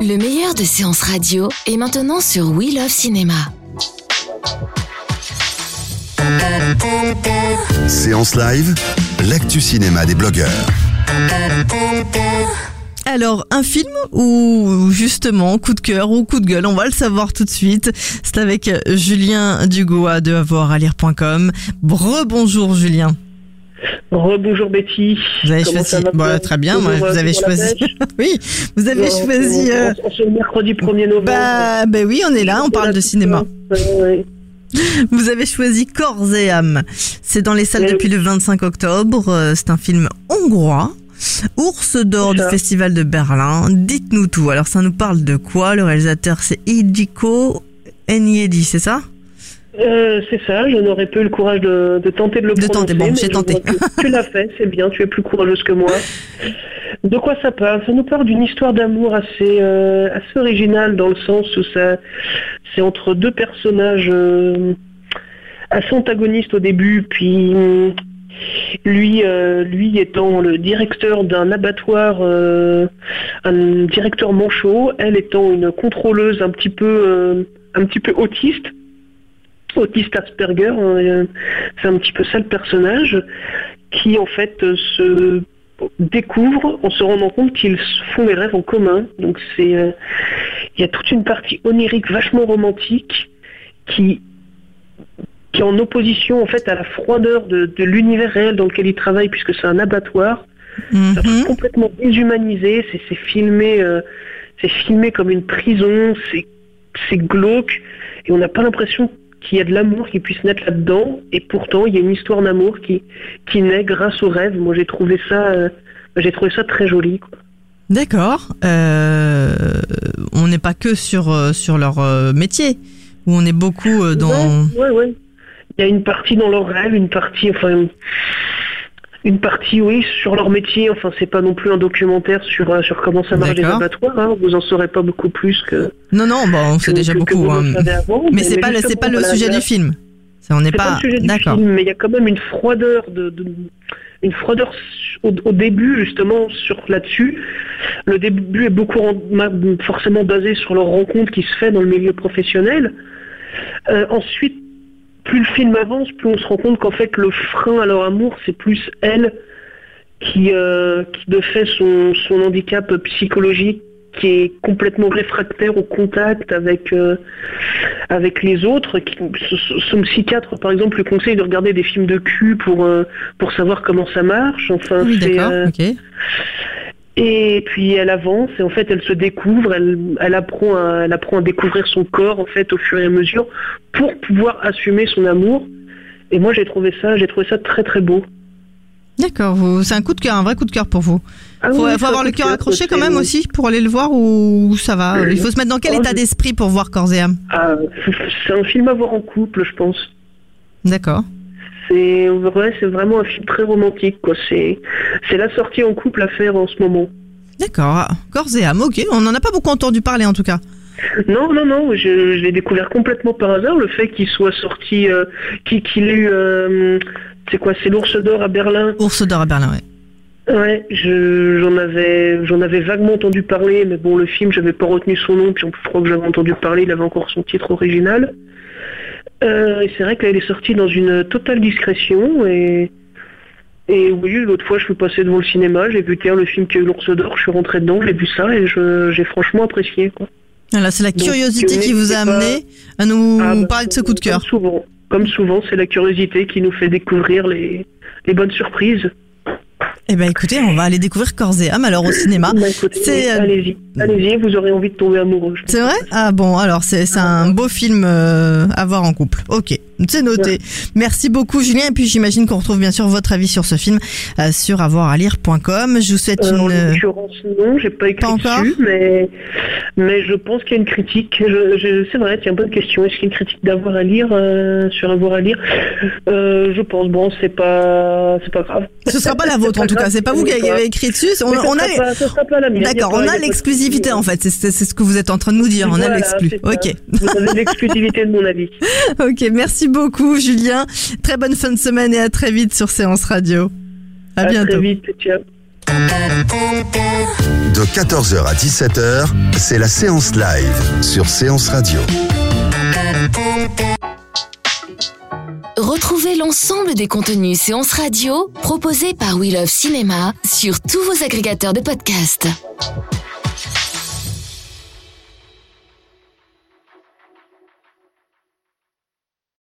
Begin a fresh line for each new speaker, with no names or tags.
Le meilleur de séances radio est maintenant sur We Love Cinéma.
Séance live, l'actu cinéma des blogueurs.
Alors, un film ou justement coup de cœur ou coup de gueule, on va le savoir tout de suite. C'est avec Julien Dugois de avoiralire.com. Rebonjour Julien.
Rebonjour Betty.
Vous avez choisi très bien, moi, vous avez choisi. Oui, vous avez choisi.
C'est le mercredi 1er novembre.
Bah oui, on est là, on parle de cinéma.
Ouais.
Vous avez choisi Corps et âme. C'est dans les salles depuis le 25 octobre. C'est un film hongrois. Ours d'or du Festival de Berlin. Dites-nous tout. Alors ça nous parle de quoi? Le réalisateur c'est Ildiko Enyedi, c'est ça?
C'est ça, je n'aurais pas eu le courage de tenter de le prononcer.
Bon, j'ai tenté.
Tu l'as fait, c'est bien, tu es plus courageuse que moi. De quoi ça parle? Ça nous parle d'une histoire d'amour assez originale, dans le sens où c'est entre deux personnages assez antagonistes au début, puis lui étant le directeur d'un abattoir, un directeur manchot, elle étant une contrôleuse un petit peu autiste Asperger, c'est un petit peu ça le personnage, qui en fait se découvre en se rendant compte qu'ils font des rêves en commun. Donc il y a toute une partie onirique vachement romantique qui est en opposition en fait à la froideur de l'univers réel dans lequel il travaille, puisque c'est un abattoir. C'est un truc complètement déshumanisé, c'est filmé comme une prison, c'est glauque, et on n'a pas l'impression qu'il y a de l'amour qui puisse naître là-dedans, et pourtant il y a une histoire d'amour qui naît grâce au rêve. Moi j'ai trouvé ça très joli, quoi.
D'accord. On n'est pas que sur leur métier, où on est beaucoup dans...
Ouais. Il y a une partie dans leur rêve, une partie oui sur leur métier. Enfin, c'est pas non plus un documentaire sur comment ça marche les abattoirs, hein. Vous en saurez pas beaucoup plus que...
Non, on sait déjà beaucoup. Mais c'est pas le sujet du film. On n'est pas...
le sujet du film, mais il y a quand même une froideur une froideur au début, justement, là-dessus. Le début est beaucoup forcément basé sur leur rencontre qui se fait dans le milieu professionnel. Ensuite, plus le film avance, plus on se rend compte qu'en fait le frein à leur amour, c'est plus elle qui de fait son handicap psychologique, qui est complètement réfractaire au contact avec les autres. Son psychiatre, par exemple, lui conseille de regarder des films de cul pour savoir comment ça marche. Enfin,
oui, d'accord, ok.
Et puis elle avance, et en fait elle se découvre, elle apprend à découvrir son corps en fait au fur et à mesure pour pouvoir assumer son amour. Et moi j'ai trouvé ça très très beau.
D'accord, c'est un coup de cœur, un vrai coup de cœur pour vous. Faut avoir le cœur accroché quand même aussi pour aller le voir, ou ça va? Il faut se mettre dans quel état d'esprit pour voir Corps et âme?
C'est un film à voir en couple, je pense.
D'accord.
C'est vraiment un film très romantique, quoi. C'est la sortie en couple à faire en ce moment.
D'accord, Corps et âme, ok. On n'en a pas beaucoup entendu parler en tout cas.
Non, je l'ai découvert complètement par hasard, le fait qu'il soit sorti, qu'il ait eu, c'est l'Ours d'or à Berlin.
Ours d'or à Berlin, ouais.
Ouais, j'en avais vaguement entendu parler, mais bon, le film, j'avais pas retenu son nom, puis en plus, je crois que j'avais entendu parler, il avait encore son titre original. Et c'est vrai qu'elle est sortie dans une totale discrétion, et oui, l'autre fois je suis passé devant le cinéma, j'ai vu le film qui a eu l'Ours d'or, je suis rentré dedans, j'ai vu ça et j'ai franchement apprécié, quoi.
Voilà, c'est la curiosité qui vous a amené à nous parler de ce coup de cœur.
Comme souvent, c'est la curiosité qui nous fait découvrir les bonnes surprises.
Eh ben écoutez, on va aller découvrir Corps et âme alors au cinéma.
Écoutez, allez-y, vous aurez envie de tomber amoureux.
C'est vrai? Ah bon, alors c'est un beau film à voir en couple. Ok, c'est noté. Ouais. Merci beaucoup Julien, et puis j'imagine qu'on retrouve bien sûr votre avis sur ce film sur avoiralire.com. Je vous souhaite une...
En l'occurrence, non, j'ai pas écrit dessus, mais je pense qu'il y a une critique. C'est vrai, c'est une bonne question. Est-ce qu'il y a une critique d'Avoir à lire sur Avoir à lire? Je pense, bon, c'est pas grave.
Ce sera pas la vôtre en tout cas, c'est pas vous qui avez écrit dessus.
Ça sera pas la mienne.
D'accord, on a l'exclusivité en fait, c'est ce que vous êtes en train de nous dire, on a l'exclu. Ok.
Vous avez l'exclusivité de mon avis.
Ok, merci beaucoup Julien. Très bonne fin de semaine et à très vite sur Séance Radio. À bientôt.
Très vite, ciao.
De 14h à 17h, c'est la séance live sur Séance Radio.
Retrouvez l'ensemble des contenus Séance Radio proposés par We Love Cinéma sur tous vos agrégateurs de podcasts.